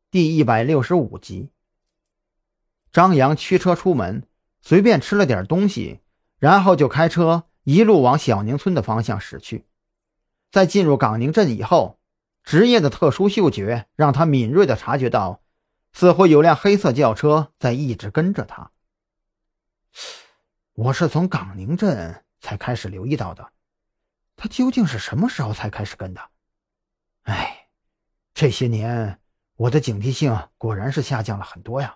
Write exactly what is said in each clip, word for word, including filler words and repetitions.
第一百六十五集。张扬驱车出门，随便吃了点东西，然后就开车一路往小宁村的方向驶去。在进入岗宁镇以后，职业的特殊嗅觉让他敏锐地察觉到，似乎有辆黑色轿车在一直跟着他。我是从岗宁镇才开始留意到的，他究竟是什么时候才开始跟的？哎，这些年我的警惕性果然是下降了很多呀。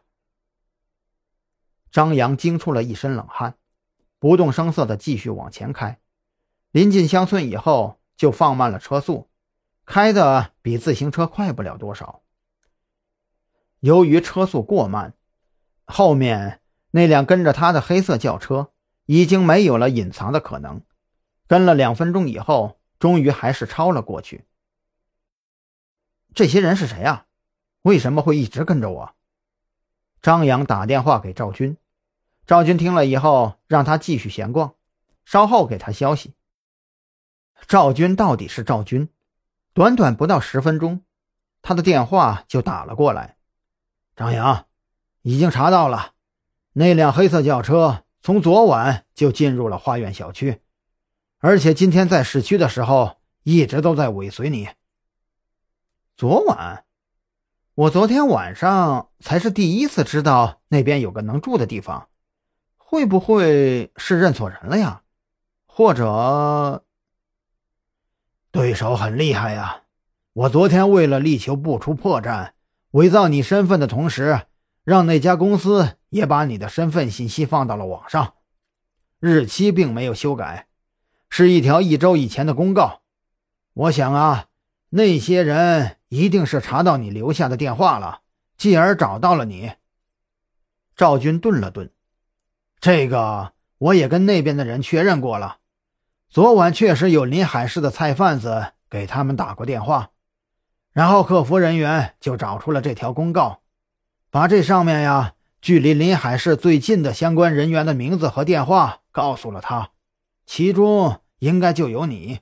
张扬惊出了一身冷汗，不动声色地继续往前开。临近乡村以后就放慢了车速，开得比自行车快不了多少。由于车速过慢，后面那辆跟着他的黑色轿车已经没有了隐藏的可能，跟了两分钟以后，终于还是超了过去。这些人是谁啊？为什么会一直跟着我？张扬打电话给赵军，赵军听了以后让他继续闲逛，稍后给他消息。赵军到底是赵军，短短不到十分钟，他的电话就打了过来。张扬，已经查到了，那辆黑色轿车从昨晚就进入了花苑小区，而且今天在市区的时候一直都在尾随你。昨晚？我昨天晚上才是第一次知道那边有个能住的地方，会不会是认错人了呀？或者……对手很厉害呀！我昨天为了力求不出破绽，伪造你身份的同时，让那家公司也把你的身份信息放到了网上，日期并没有修改，是一条一周以前的公告。我想啊，那些人一定是查到你留下的电话了，继而找到了你。赵军顿了顿，这个我也跟那边的人确认过了，昨晚确实有临海市的菜贩子给他们打过电话，然后客服人员就找出了这条公告，把这上面呀距离临海市最近的相关人员的名字和电话告诉了他，其中应该就有你。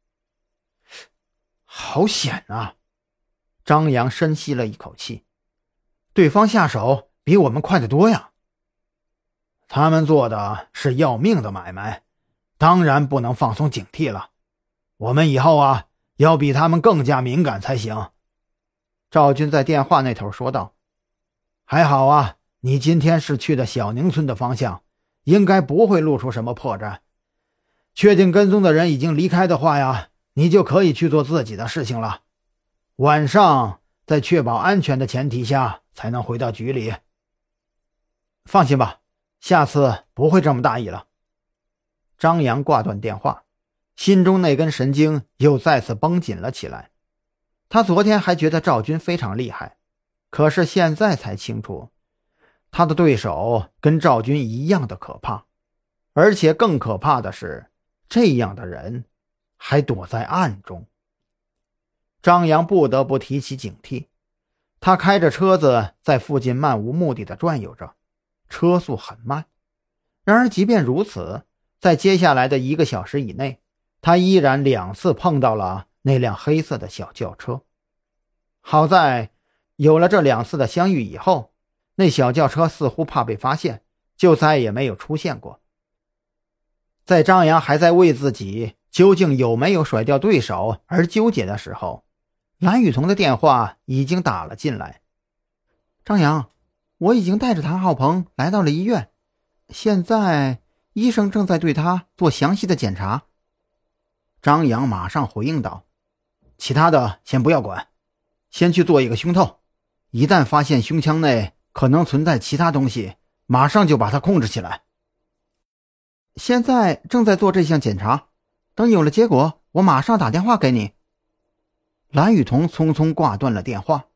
好险啊！张扬深吸了一口气，对方下手比我们快得多呀。他们做的是要命的买卖，当然不能放松警惕了。我们以后啊，要比他们更加敏感才行。赵军在电话那头说道。还好啊，你今天是去的小宁村的方向，应该不会露出什么破绽。确定跟踪的人已经离开的话呀，你就可以去做自己的事情了。晚上在确保安全的前提下才能回到局里。放心吧，下次不会这么大意了。张扬挂断电话，心中那根神经又再次绷紧了起来。他昨天还觉得赵军非常厉害，可是现在才清楚，他的对手跟赵军一样的可怕，而且更可怕的是，这样的人还躲在暗中。张扬不得不提起警惕，他开着车子在附近漫无目的的转悠着，车速很慢。然而即便如此，在接下来的一个小时以内，他依然两次碰到了那辆黑色的小轿车。好在有了这两次的相遇以后，那小轿车似乎怕被发现，就再也没有出现过。在张扬还在为自己究竟有没有甩掉对手而纠结的时候，蓝雨桐的电话已经打了进来。张扬，我已经带着谭浩鹏来到了医院，现在医生正在对他做详细的检查。张扬马上回应道，其他的先不要管，先去做一个胸透，一旦发现胸腔内可能存在其他东西，马上就把它控制起来。现在正在做这项检查，等有了结果，我马上打电话给你。蓝雨桐匆匆挂断了电话。